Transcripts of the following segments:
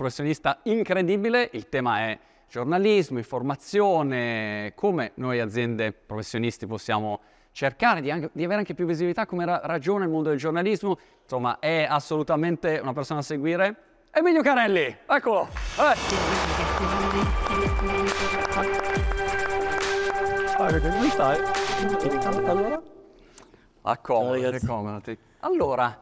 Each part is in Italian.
professionista incredibile. Il tema è giornalismo, informazione, come noi aziende professionisti possiamo cercare di avere anche più visibilità, come ragiona il mondo del giornalismo. Insomma, è assolutamente una persona da seguire. Emilio Carelli, eccolo! Come stai? Accomodati. Allora,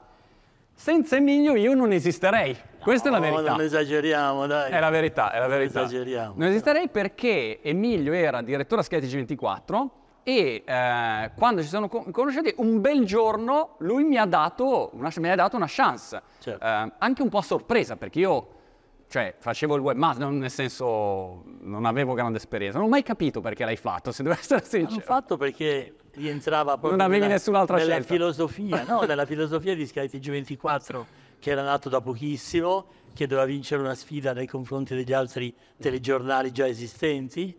senza Emilio io non esisterei. Questa è la verità. Non esageriamo, dai. È la verità. Non esageriamo. Non esisterei perché Emilio era direttore a SkyTG24 e quando ci siamo conosciuti un bel giorno lui mi ha dato una chance. Certo. Anche un po' a sorpresa, perché io facevo il webmaster, nel senso non avevo grande esperienza. Non ho mai capito perché l'hai fatto, se devo essere sincero. L'ho fatto perché rientrava proprio non avevi nessun'altra scelta. Nella filosofia di SkyTG24, che era nato da pochissimo, che doveva vincere una sfida nei confronti degli altri telegiornali già esistenti,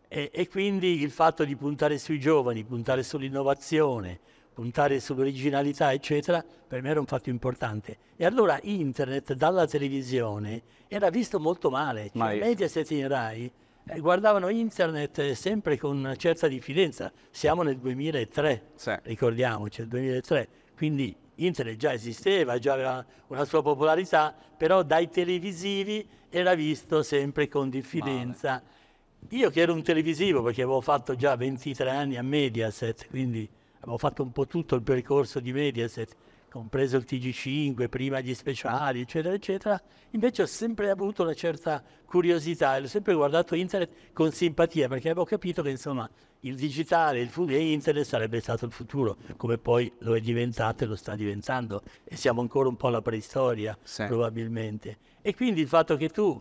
e quindi il fatto di puntare sui giovani, puntare sull'innovazione, puntare sull'originalità, eccetera, per me era un fatto importante. E allora internet dalla televisione era visto molto male. Mediaset in Rai guardavano internet sempre con una certa diffidenza. Siamo nel 2003, ricordiamoci, il 2003. Quindi internet già esisteva, già aveva una sua popolarità, però dai televisivi era visto sempre con diffidenza. Io che ero un televisivo, perché avevo fatto già 23 anni a Mediaset, quindi avevo fatto un po' tutto il percorso di Mediaset, compreso il TG5, prima gli speciali, eccetera, eccetera. Invece ho sempre avuto una certa curiosità e l'ho sempre guardato internet con simpatia, perché avevo capito che, insomma, il digitale, e internet sarebbe stato il futuro, come poi lo è diventato e lo sta diventando. E siamo ancora un po' alla preistoria, probabilmente. E quindi il fatto che tu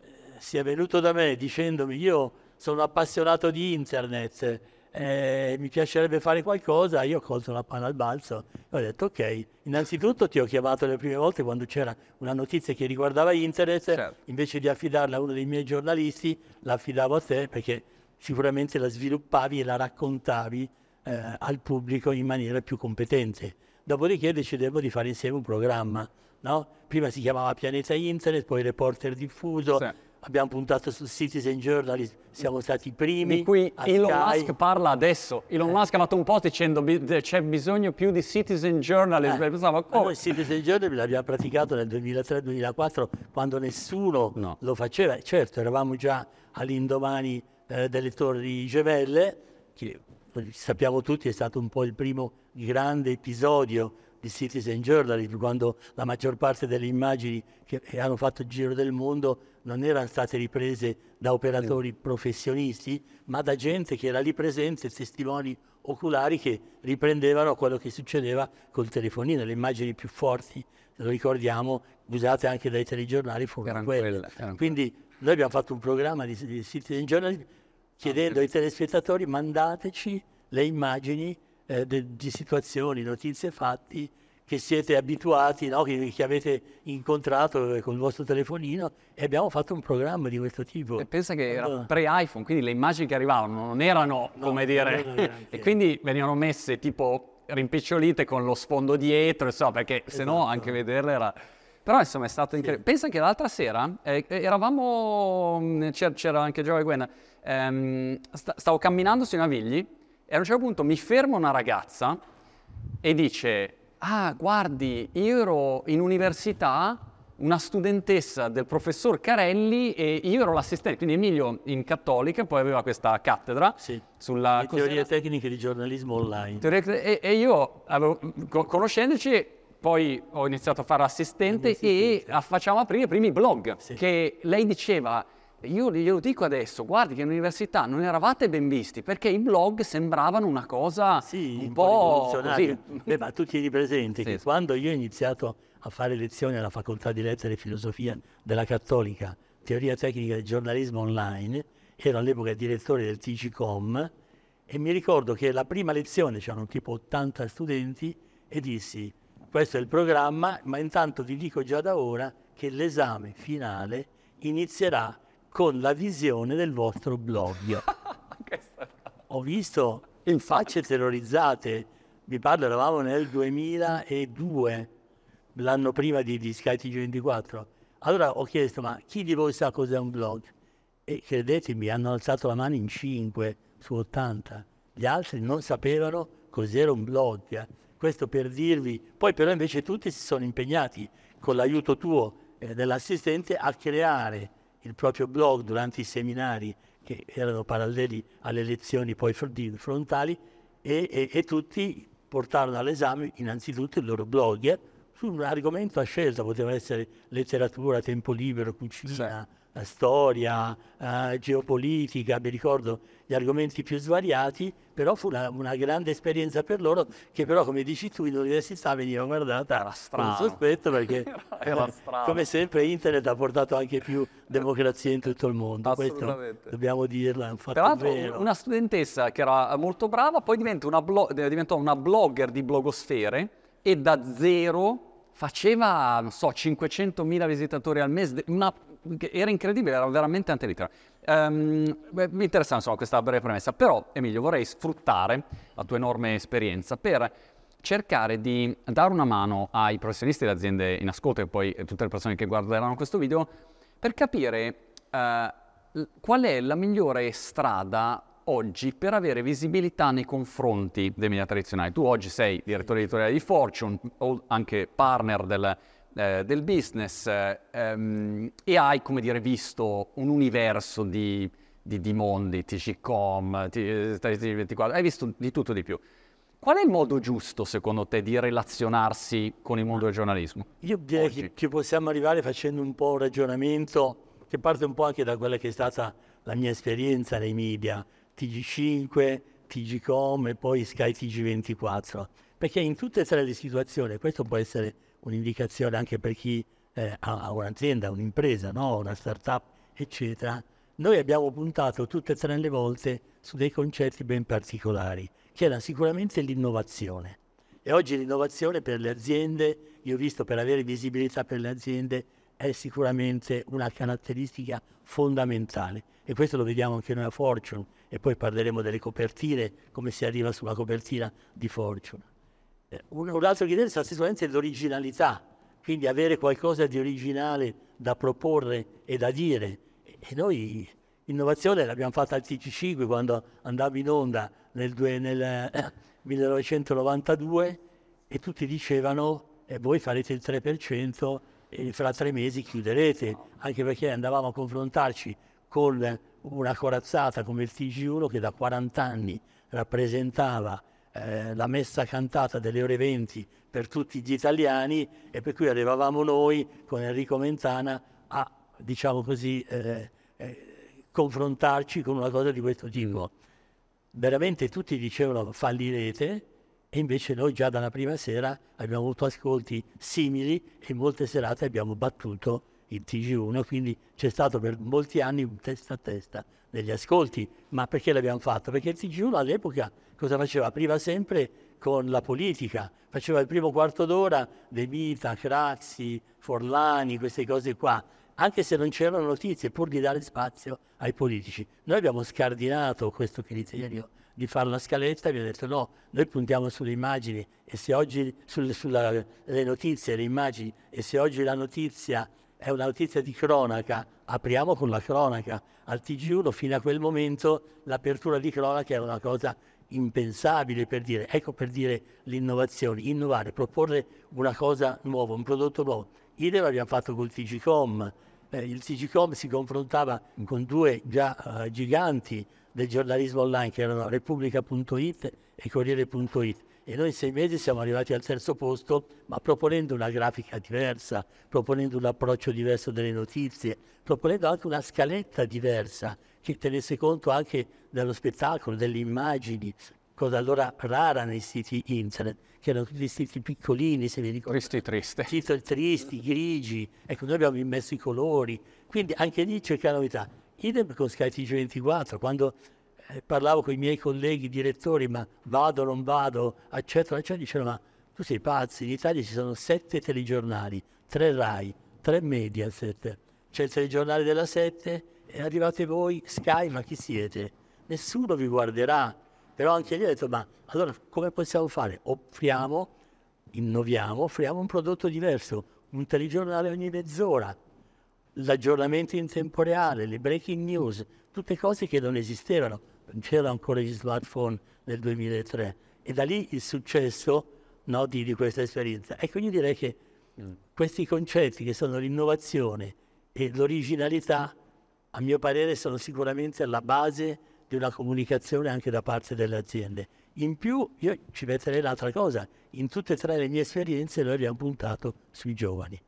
sia venuto da me dicendomi: io sono appassionato di internet, mi piacerebbe fare qualcosa, io ho colto la palla al balzo e ho detto ok. Innanzitutto ti ho chiamato le prime volte quando c'era una notizia che riguardava internet, invece di affidarla a uno dei miei giornalisti la affidavo a te, perché sicuramente la sviluppavi e la raccontavi al pubblico in maniera più competente. Dopodiché decidevo di fare insieme un programma, no? Prima si chiamava Pianeta Internet, poi Reporter Diffuso. Abbiamo puntato sul Citizen Journalism, siamo stati i primi. Di cui Elon Musk parla adesso. Elon Musk ha fatto un post dicendo c'è bisogno più di Citizen Journalism. Noi il Citizen Journalism l'abbiamo praticato nel 2003-2004, quando nessuno lo faceva. Certo, eravamo già all'indomani delle Torri Gemelle, che sappiamo tutti è stato un po' il primo grande episodio di Citizen Journalism, quando la maggior parte delle immagini che hanno fatto il giro del mondo non erano state riprese da operatori professionisti, ma da gente che era lì presente, testimoni oculari che riprendevano quello che succedeva col telefonino. Le immagini più forti, lo ricordiamo, usate anche dai telegiornali, furono quelle. Quindi noi abbiamo fatto un programma di Citizen Journalism chiedendo ai telespettatori: mandateci le immagini di situazioni, notizie, fatti che siete abituati, no? che avete incontrato con il vostro telefonino, e abbiamo fatto un programma di questo tipo. E pensa che era pre-iPhone, quindi le immagini che arrivavano non erano, e quindi venivano messe tipo rimpicciolite con lo sfondo dietro, perché sennò anche vederle era... Però insomma è stato incredibile. Pensa che l'altra sera eravamo, c'era anche Giova e Gwen, stavo camminando sui Navigli e a un certo punto mi ferma una ragazza e dice: ah, guardi, io ero in università, una studentessa del professor Carelli, e io ero l'assistente, quindi Emilio in Cattolica, poi aveva questa cattedra sulla teorie tecniche di giornalismo online. E io, conoscendoci, poi ho iniziato a fare assistente e facciamo aprire i primi blog, che lei diceva: io glielo dico adesso, guardi che in università non eravate ben visti, perché i blog sembravano una cosa un po' così. Ma tu tieni presente che quando io ho iniziato a fare lezioni alla facoltà di lettere e filosofia della Cattolica, teoria tecnica del giornalismo online, ero all'epoca direttore del TGCom, e mi ricordo che la prima lezione c'erano tipo 80 studenti e dissi: questo è il programma, ma intanto vi dico già da ora che l'esame finale inizierà con la visione del vostro blog. Ho visto in facce terrorizzate, vi parlo, eravamo nel 2002, l'anno prima di SkyTG24, Allora ho chiesto, ma chi di voi sa cos'è un blog? E credetemi, hanno alzato la mano in 5 su 80. Gli altri non sapevano cos'era un blog. Questo per dirvi, poi però invece tutti si sono impegnati con l'aiuto tuo dell'assistente a creare il proprio blog durante i seminari che erano paralleli alle lezioni poi frontali e tutti portarono all'esame innanzitutto il loro blog su un argomento a scelta, poteva essere letteratura, tempo libero, cucina, storia, geopolitica, mi ricordo gli argomenti più svariati, però fu una grande esperienza per loro, che però, come dici tu, in università veniva guardata con sospetto, perché era strano. come sempre internet ha portato anche più democrazia in tutto il mondo. Questo dobbiamo dirlo, è un fatto Peraltro vero. una studentessa che era molto brava, poi diventò una blogger di blogosfere e da zero faceva, non so, 500.000 visitatori al mese, era incredibile, era veramente antelettera. Mi interessa insomma questa breve premessa, però Emilio vorrei sfruttare la tua enorme esperienza per cercare di dare una mano ai professionisti delle aziende in ascolto e poi tutte le persone che guarderanno questo video per capire qual è la migliore strada oggi per avere visibilità nei confronti dei media tradizionali. Tu oggi sei direttore editoriale di Fortune, anche partner del business e hai, come dire, visto un universo di mondi, TG.com, TG24, hai visto di tutto e di più. Qual è il modo giusto, secondo te, di relazionarsi con il mondo del giornalismo? Io direi che possiamo arrivare facendo un po' un ragionamento che parte un po' anche da quella che è stata la mia esperienza nei media, TG5, TG.com e poi Sky TG24, perché in tutte e tre le situazioni, questo può essere un'indicazione anche per chi ha un'azienda, un'impresa, no? Una startup, eccetera, noi abbiamo puntato tutte e tre le volte su dei concetti ben particolari, che era sicuramente l'innovazione. E oggi l'innovazione per le aziende, io ho visto, per avere visibilità per le aziende, è sicuramente una caratteristica fondamentale. E questo lo vediamo anche noi a Fortune, e poi parleremo delle copertine, come si arriva sulla copertina di Fortune. Un altro criterio è sicuramente l'originalità, quindi avere qualcosa di originale da proporre e da dire. E noi innovazione l'abbiamo fatta al TG5 quando andavo in onda nel 1992 e tutti dicevano voi farete il 3% e fra 3 mesi chiuderete, anche perché andavamo a confrontarci con una corazzata come il TG1 che da 40 anni rappresentava la messa cantata delle ore 20 per tutti gli italiani, e per cui arrivavamo noi con Enrico Mentana a, diciamo così, confrontarci con una cosa di questo tipo. Veramente tutti dicevano fallirete, e invece noi già dalla prima sera abbiamo avuto ascolti simili e in molte serate abbiamo battuto il TG1, quindi c'è stato per molti anni un testa a testa negli ascolti. Ma perché l'abbiamo fatto? Perché il TG1 all'epoca cosa faceva? Apriva sempre con la politica, faceva il primo quarto d'ora De Vita, Craxi, Forlani, queste cose qua, anche se non c'erano notizie, pur di dare spazio ai politici. Noi abbiamo scardinato questo criterio di fare la scaletta, abbiamo detto no, noi puntiamo sulle immagini, e se oggi le notizie, le immagini, e se oggi la notizia è una notizia di cronaca, apriamo con la cronaca. Al TG1 fino a quel momento l'apertura di cronaca era una cosa impensabile, per dire, ecco, per dire l'innovazione, innovare, proporre una cosa nuova, un prodotto nuovo. Idem l'abbiamo fatto col TG.com. Il TG.com si confrontava con due già giganti del giornalismo online, che erano Repubblica.it e Corriere.it, e noi in 6 mesi siamo arrivati al terzo posto, ma proponendo una grafica diversa, proponendo un approccio diverso delle notizie, proponendo anche una scaletta diversa che tenesse conto anche dello spettacolo, delle immagini, cosa allora rara nei siti internet, che erano tutti siti piccolini, se vi ricordate. Tristi, grigi. Ecco, noi abbiamo immesso i colori, quindi anche lì c'è novità. Idem con Sky TG24, quando parlavo con i miei colleghi direttori, ma vado o non vado, eccetera, eccetera, dicevano, ma tu sei pazzo, in Italia ci sono 7 telegiornali, 3 Rai, 3 Mediaset, c'è il telegiornale della 7, e arrivate voi, Sky, ma chi siete? Nessuno vi guarderà. Però anche lì ho detto, ma allora come possiamo fare? Innoviamo, offriamo un prodotto diverso, un telegiornale ogni mezz'ora. l'aggiornamento in tempo reale, le breaking news, tutte cose che non esistevano, non c'erano ancora gli smartphone nel 2003, e da lì il successo, no, di questa esperienza. Ecco, io direi che questi concetti che sono l'innovazione e l'originalità, a mio parere, sono sicuramente alla base di una comunicazione anche da parte delle aziende. In più, io ci metterei l'altra cosa: in tutte e tre le mie esperienze noi abbiamo puntato sui giovani.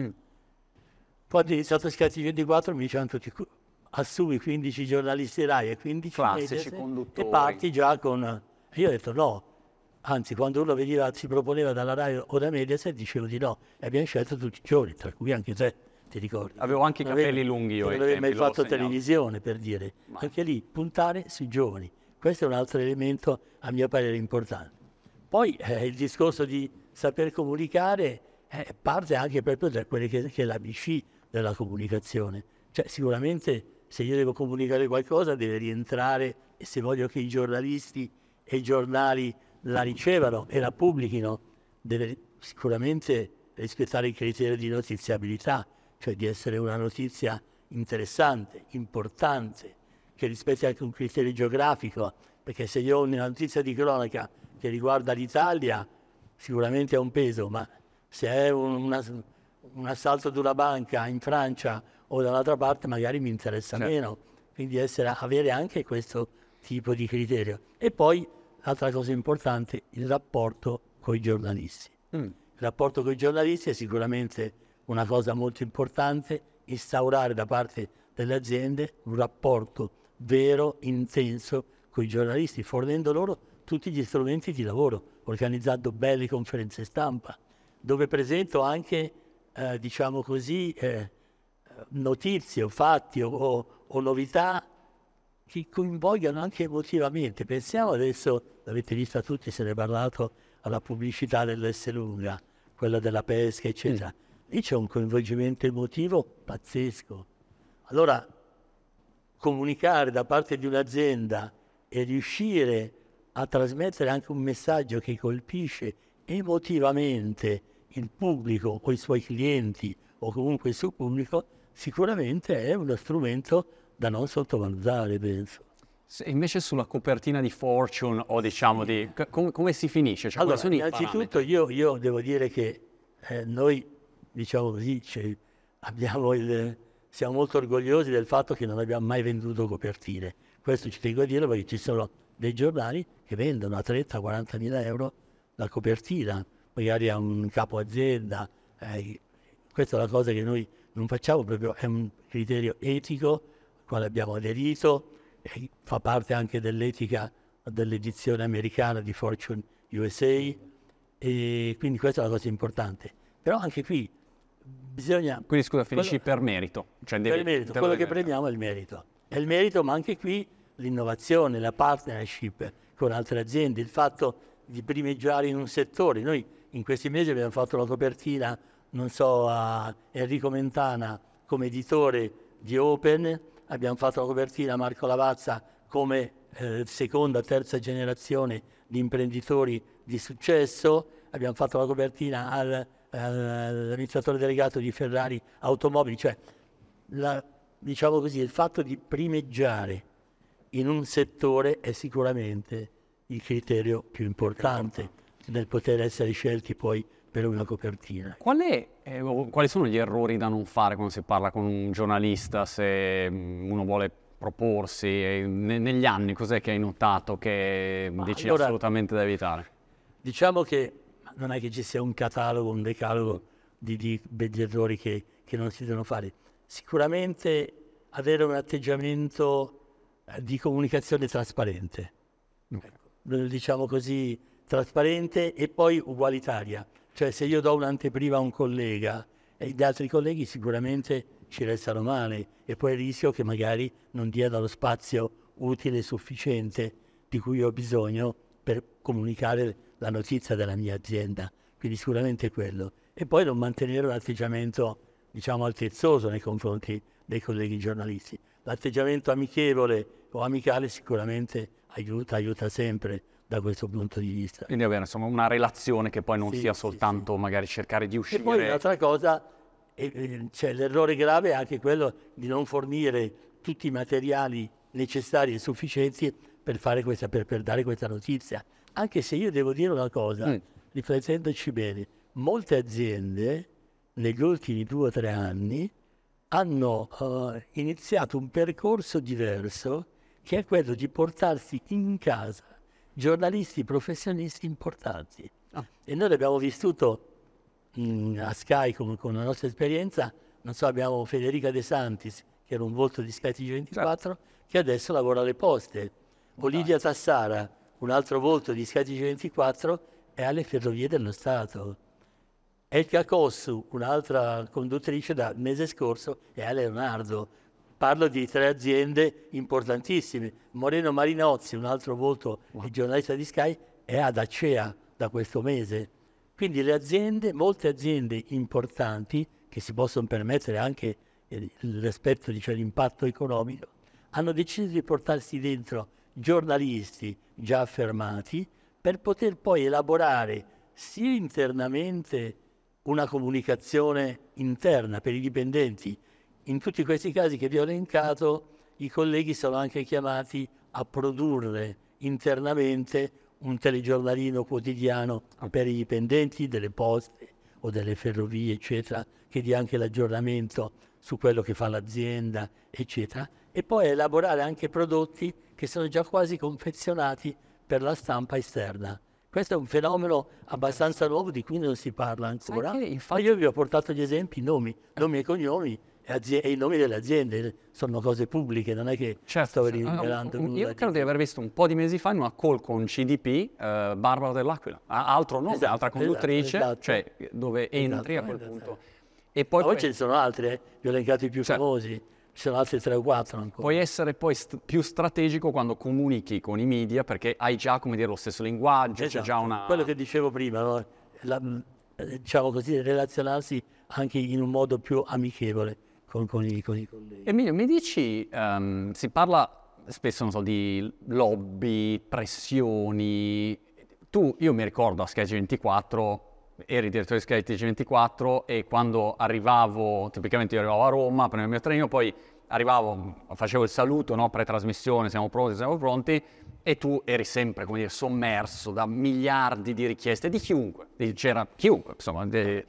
Quando ho iniziato Sky24 mi dicevano tutti: assumi 15 giornalisti Rai e 15 classici Mediaset conduttori, e parti già con... E io ho detto no, anzi quando uno veniva, si proponeva dalla Rai o da Mediaset dicevo di no, e abbiamo scelto tutti i giovani, tra cui anche te, ti ricordi? avevo anche i capelli lunghi io, non avevi mai fatto televisione, per dire. Anche lì puntare sui giovani, questo è un altro elemento a mio parere importante. Poi il discorso di saper comunicare parte anche proprio da quelle che è l'ABC della comunicazione. Cioè sicuramente se io devo comunicare qualcosa deve rientrare, e se voglio che i giornalisti e i giornali la ricevano e la pubblichino, deve sicuramente rispettare il criterio di notiziabilità, cioè di essere una notizia interessante, importante, che rispetti anche un criterio geografico, perché se io ho una notizia di cronaca che riguarda l'Italia sicuramente ha un peso, ma se è un assalto di una banca in Francia o da un'altra parte magari mi interessa meno, quindi avere anche questo tipo di criterio. E poi l'altra cosa importante, il rapporto con i giornalisti. Il rapporto con i giornalisti è sicuramente una cosa molto importante, instaurare da parte delle aziende un rapporto vero, intenso con i giornalisti, fornendo loro tutti gli strumenti di lavoro, organizzando belle conferenze stampa, dove presento anche, diciamo così, notizie o fatti o novità che coinvolgano anche emotivamente. Pensiamo adesso, l'avete vista tutti, se ne è parlato, alla pubblicità dell'Esselunga, quella della pesca, eccetera. Lì c'è un coinvolgimento emotivo pazzesco. Allora, comunicare da parte di un'azienda e riuscire a trasmettere anche un messaggio che colpisce emotivamente il pubblico o i suoi clienti o comunque il suo pubblico, sicuramente è uno strumento da non sottovalutare, penso. Invece sulla copertina di Fortune o diciamo di... come si finisce? Cioè, allora, innanzitutto io devo dire che noi, diciamo così, siamo molto orgogliosi del fatto che non abbiamo mai venduto copertine. Questo ci tengo a dirlo perché ci sono dei giornali che vendono a 30-40 mila euro la copertina, magari a un capo azienda. Questa è una cosa che noi non facciamo, proprio è un criterio etico al quale abbiamo aderito, e fa parte anche dell'etica dell'edizione americana di Fortune USA, e quindi questa è una cosa importante. Però anche qui bisogna... Quindi scusa, finisci per merito. Cioè per merito, quello che premiamo è il merito. È il merito, ma anche qui l'innovazione, la partnership con altre aziende, il fatto di primeggiare in un settore. Noi in questi mesi abbiamo fatto la copertina, non so, a Enrico Mentana come editore di Open, abbiamo fatto la copertina a Marco Lavazza come seconda, terza generazione di imprenditori di successo, abbiamo fatto la copertina all'amministratore delegato di Ferrari Automobili, cioè diciamo così, il fatto di primeggiare in un settore è sicuramente il criterio più importante nel poter essere scelti poi per una copertina. Quali sono gli errori da non fare quando si parla con un giornalista, se uno vuole proporsi? Negli anni cos'è che hai notato che dici assolutamente da evitare? Diciamo che non è che ci sia un catalogo, un decalogo di begli errori che non si devono fare. Sicuramente avere un atteggiamento di comunicazione trasparente, diciamo così, trasparente e poi ugualitaria. Cioè se io do un'anteprima a un collega e gli altri colleghi sicuramente ci restano male, e poi il rischio che magari non diano lo spazio utile e sufficiente di cui ho bisogno per comunicare la notizia della mia azienda. Quindi sicuramente quello. E poi non mantenere un atteggiamento, diciamo, altezzoso nei confronti dei colleghi giornalisti. L'atteggiamento amichevole o amicale sicuramente aiuta sempre da questo punto di vista. Quindi avere insomma una relazione che poi non sia soltanto magari cercare di uscire. E poi un'altra cosa, Cioè, l'errore grave è anche quello di non fornire tutti i materiali necessari e sufficienti per dare questa notizia. Anche se io devo dire una cosa, riflettendoci bene, molte aziende negli ultimi 2 o 3 anni hanno iniziato un percorso diverso, che è quello di portarsi in casa giornalisti professionisti importanti. E noi l'abbiamo vissuto a Sky con la nostra esperienza. Non so, abbiamo Federica De Santis, che era un volto di Sky TG24, che adesso lavora alle Poste. Olivia Tassara, un altro volto di Sky TG24, è alle Ferrovie dello Stato. Elka Cossu, un'altra conduttrice, dal mese scorso è a Leonardo. Parlo di 3 aziende importantissime. Moreno Marinozzi, un altro volto di giornalista di Sky, è ad Acea da questo mese. Quindi le aziende, molte aziende importanti, che si possono permettere anche rispetto all'impatto economico, hanno deciso di portarsi dentro giornalisti già affermati per poter poi elaborare sia internamente una comunicazione interna per i dipendenti. In tutti questi casi che vi ho elencato, i colleghi sono anche chiamati a produrre internamente un telegiornalino quotidiano per i dipendenti delle poste o delle ferrovie, eccetera, che dia anche l'aggiornamento su quello che fa l'azienda, eccetera, e poi elaborare anche prodotti che sono già quasi confezionati per la stampa esterna. Questo è un fenomeno abbastanza nuovo di cui non si parla ancora. Ma io vi ho portato gli esempi, nomi e cognomi e i nomi delle aziende. Sono cose pubbliche, non è che sto rivelando nulla. Io credo di aver visto un po' di mesi fa in una call con CDP Barbara Dell'Aquila, altro nome, altra conduttrice, esatto. Cioè dove entri a quel punto. E poi ce ne sono altre, vi ho elencato i più famosi. Ci sono altri 3 o 4 ancora. Puoi essere poi più strategico quando comunichi con i media, perché hai già, come dire, lo stesso linguaggio, esatto. C'è già una... Quello che dicevo prima, no? Diciamo così, relazionarsi anche in un modo più amichevole con i colleghi. Emilio, mi dici, si parla spesso, non so, di lobby, pressioni. Io mi ricordo a Sky TG24, eri direttore di Sky TG24 e quando arrivavo, tipicamente io arrivavo a Roma, prendevo il mio trenino, poi arrivavo, facevo il saluto, no, pre-trasmissione, siamo pronti, e tu eri sempre, come dire, sommerso da miliardi di richieste di chiunque, c'era chiunque, insomma.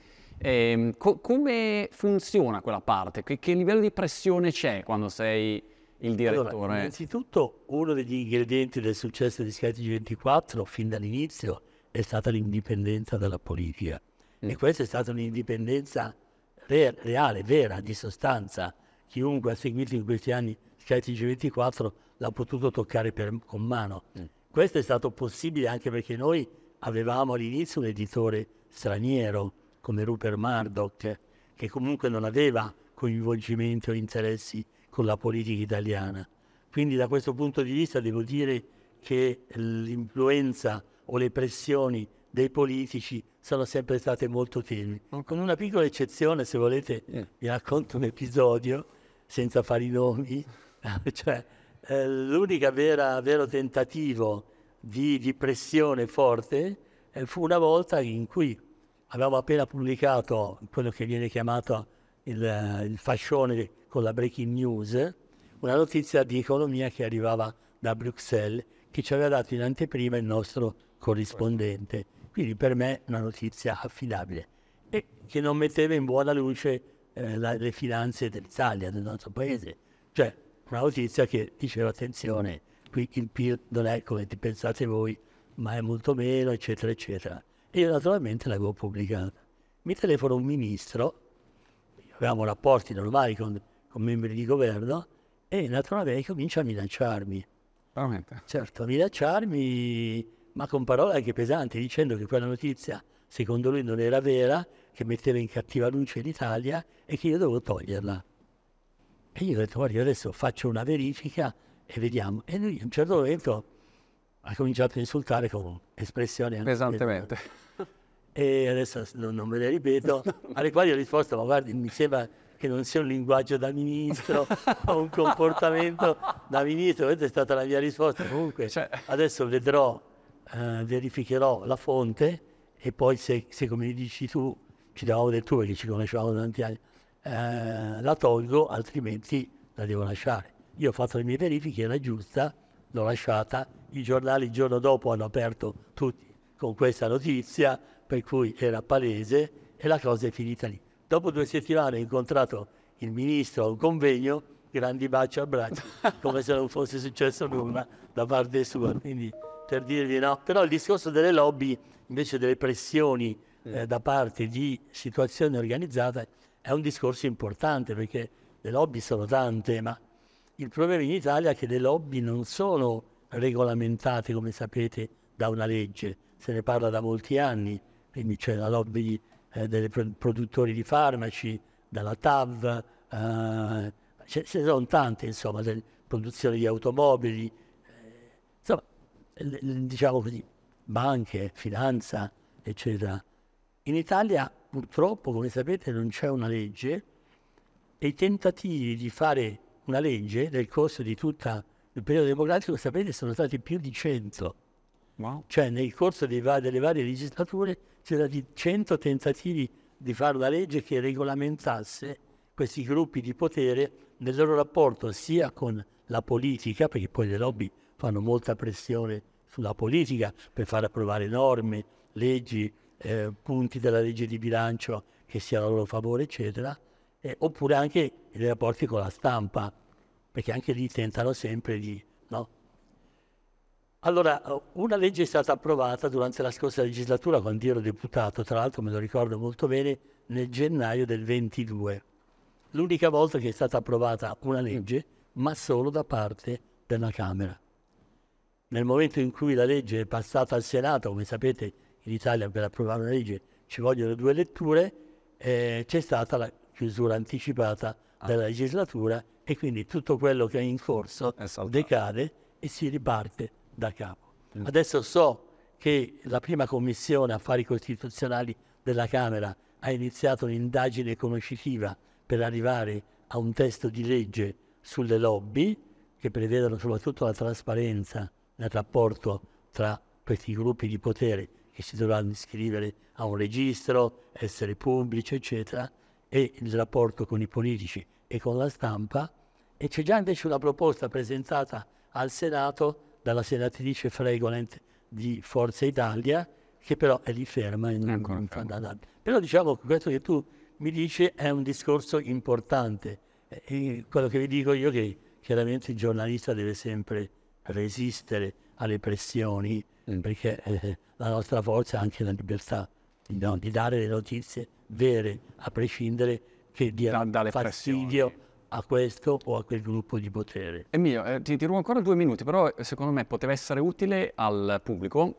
Come funziona quella parte? Che livello di pressione c'è quando sei il direttore? Allora, innanzitutto, uno degli ingredienti del successo di Sky TG24 fin dall'inizio è stata l'indipendenza dalla politica. E questa è stata un'indipendenza reale, vera, di sostanza. Chiunque ha seguito in questi anni Sky TG24 l'ha potuto toccare con mano. Questo è stato possibile anche perché noi avevamo all'inizio un editore straniero come Rupert Murdoch, che comunque non aveva coinvolgimenti o interessi con la politica italiana. Quindi da questo punto di vista devo dire che l'influenza o le pressioni dei politici sono sempre state molto tenui. Con una piccola eccezione, se volete, vi racconto un episodio, senza fare i nomi, cioè l'unico vero tentativo di pressione forte fu una volta in cui avevamo appena pubblicato quello che viene chiamato il fascione con la breaking news, una notizia di economia che arrivava da Bruxelles, che ci aveva dato in anteprima il nostro corrispondente. Quindi per me una notizia affidabile e che non metteva in buona luce le finanze dell'Italia, del nostro paese. Cioè una notizia che diceva attenzione, qui il PIL non è come pensate voi, ma è molto meno, eccetera, eccetera. E io naturalmente l'avevo pubblicata. Mi telefona un ministro, avevamo rapporti normali con membri di governo, e naturalmente comincia a minacciarmi. Veramente? Certo, a minacciarmi, ma con parole anche pesanti, dicendo che quella notizia secondo lui non era vera, che metteva in cattiva luce l'Italia e che io dovevo toglierla. E io ho detto, guarda, io adesso faccio una verifica e vediamo. E lui a un certo momento ha cominciato a insultare con espressioni anche pesantemente. E adesso non me le ripeto, alle quali ho risposto, ma guardi, mi sembra che non sia un linguaggio da ministro o un comportamento da ministro. Questa è stata la mia risposta. Comunque adesso vedrò, verificherò la fonte e poi se come dici tu, ci davamo del tu perché ci conoscevamo da tanti anni, la tolgo, altrimenti la devo lasciare. Io ho fatto le mie verifiche, era giusta, l'ho lasciata, i giornali il giorno dopo hanno aperto tutti con questa notizia, per cui era palese e la cosa è finita lì. Dopo 2 settimane ho incontrato il ministro a un convegno, grandi baci a braccio, come se non fosse successo nulla da parte sua. Quindi per dirvi no. Però il discorso delle lobby, invece delle pressioni da parte di situazioni organizzate, è un discorso importante, perché le lobby sono tante, ma il problema in Italia è che le lobby non sono regolamentate, come sapete, da una legge. Se ne parla da molti anni, quindi c'è la lobby dei produttori di farmaci, dalla TAV, ce ne sono tante, insomma, delle produzioni di automobili, insomma, diciamo così, banche, finanza, eccetera. In Italia, purtroppo, come sapete, non c'è una legge, e i tentativi di fare una legge nel corso di tutto il periodo democratico, sapete, sono stati più di 100. Wow. Cioè nel corso delle varie legislature c'erano stati 100 tentativi di fare una legge che regolamentasse questi gruppi di potere nel loro rapporto sia con la politica, perché poi le lobby fanno molta pressione sulla politica per far approvare norme, leggi, punti della legge di bilancio che siano a loro favore, eccetera, oppure anche i rapporti con la stampa, perché anche lì tentano sempre di... no? Allora, una legge è stata approvata durante la scorsa legislatura, quando ero deputato, tra l'altro me lo ricordo molto bene, nel gennaio del 22. L'unica volta che è stata approvata una legge, ma solo da parte della Camera. Nel momento in cui la legge è passata al Senato, come sapete in Italia per approvare una legge ci vogliono 2 letture, c'è stata la chiusura anticipata della legislatura, e quindi tutto quello che è in corso decade e si riparte da capo. Adesso so che la prima commissione affari costituzionali della Camera ha iniziato un'indagine conoscitiva per arrivare a un testo di legge sulle lobby, che prevedono soprattutto la trasparenza nel rapporto tra questi gruppi di potere, che si dovranno iscrivere a un registro, essere pubblici, eccetera, e il rapporto con i politici e con la stampa. E c'è già invece una proposta presentata al Senato dalla senatrice Fregolent di Forza Italia, che però è lì ferma e non fa nada. Però diciamo che questo che tu mi dici è un discorso importante. E quello che vi dico io è che chiaramente il giornalista deve sempre resistere alle pressioni, perché la nostra forza è anche la libertà di dare le notizie vere, a prescindere che dia fastidio a questo o a quel gruppo di potere. Emilio, ti rubo ancora 2 minuti, però secondo me poteva essere utile al pubblico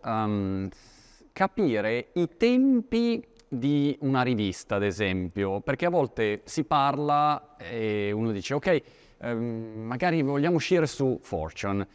capire i tempi di una rivista, ad esempio, perché a volte si parla e uno dice ok, magari vogliamo uscire su Fortune,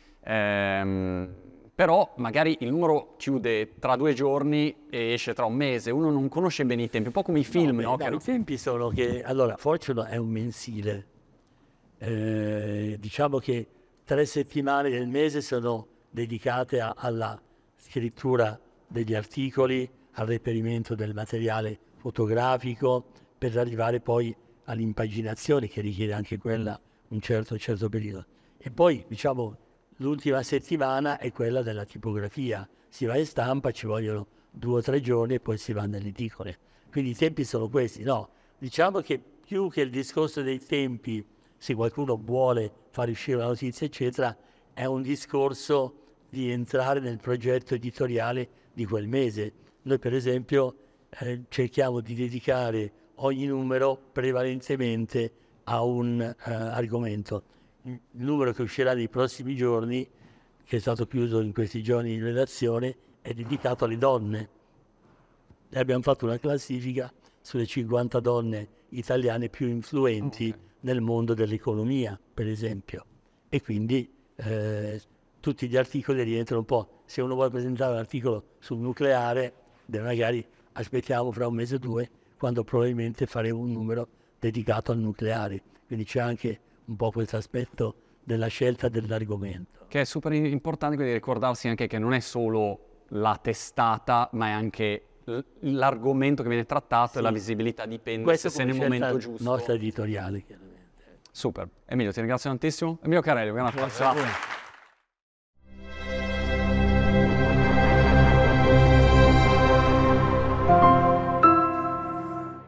però magari il numero chiude tra 2 giorni e esce tra un mese, uno non conosce bene i tempi, un po' come i film, no? I tempi sono che, allora, Fortune è un mensile, diciamo che 3 settimane del mese sono dedicate alla scrittura degli articoli, al reperimento del materiale fotografico, per arrivare poi all'impaginazione, che richiede anche quella un certo periodo. E poi, diciamo, l'ultima settimana è quella della tipografia. Si va in stampa, ci vogliono 2 o 3 giorni e poi si va nelle edicole. Quindi i tempi sono questi, no? Diciamo che più che il discorso dei tempi, se qualcuno vuole fare uscire una notizia, eccetera, è un discorso di entrare nel progetto editoriale di quel mese. Noi, per esempio, cerchiamo di dedicare ogni numero prevalentemente a un argomento. Il numero che uscirà nei prossimi giorni, che è stato chiuso in questi giorni in redazione, è dedicato alle donne. E abbiamo fatto una classifica sulle 50 donne italiane più influenti nel mondo dell'economia, per esempio. E quindi tutti gli articoli rientrano un po'. Se uno vuole presentare un articolo sul nucleare, magari aspettiamo fra un mese o 2, quando probabilmente faremo un numero dedicato al nucleare. Quindi c'è anche un po' questo aspetto della scelta dell'argomento. Che è super importante, quindi ricordarsi anche che non è solo la testata, ma è anche l'argomento che viene trattato e la visibilità dipende Questo se nel momento giusto. Nostra editoriale, chiaramente. Super. Emilio, ti ringrazio tantissimo. Emilio Carelli, buona Grazie a voi.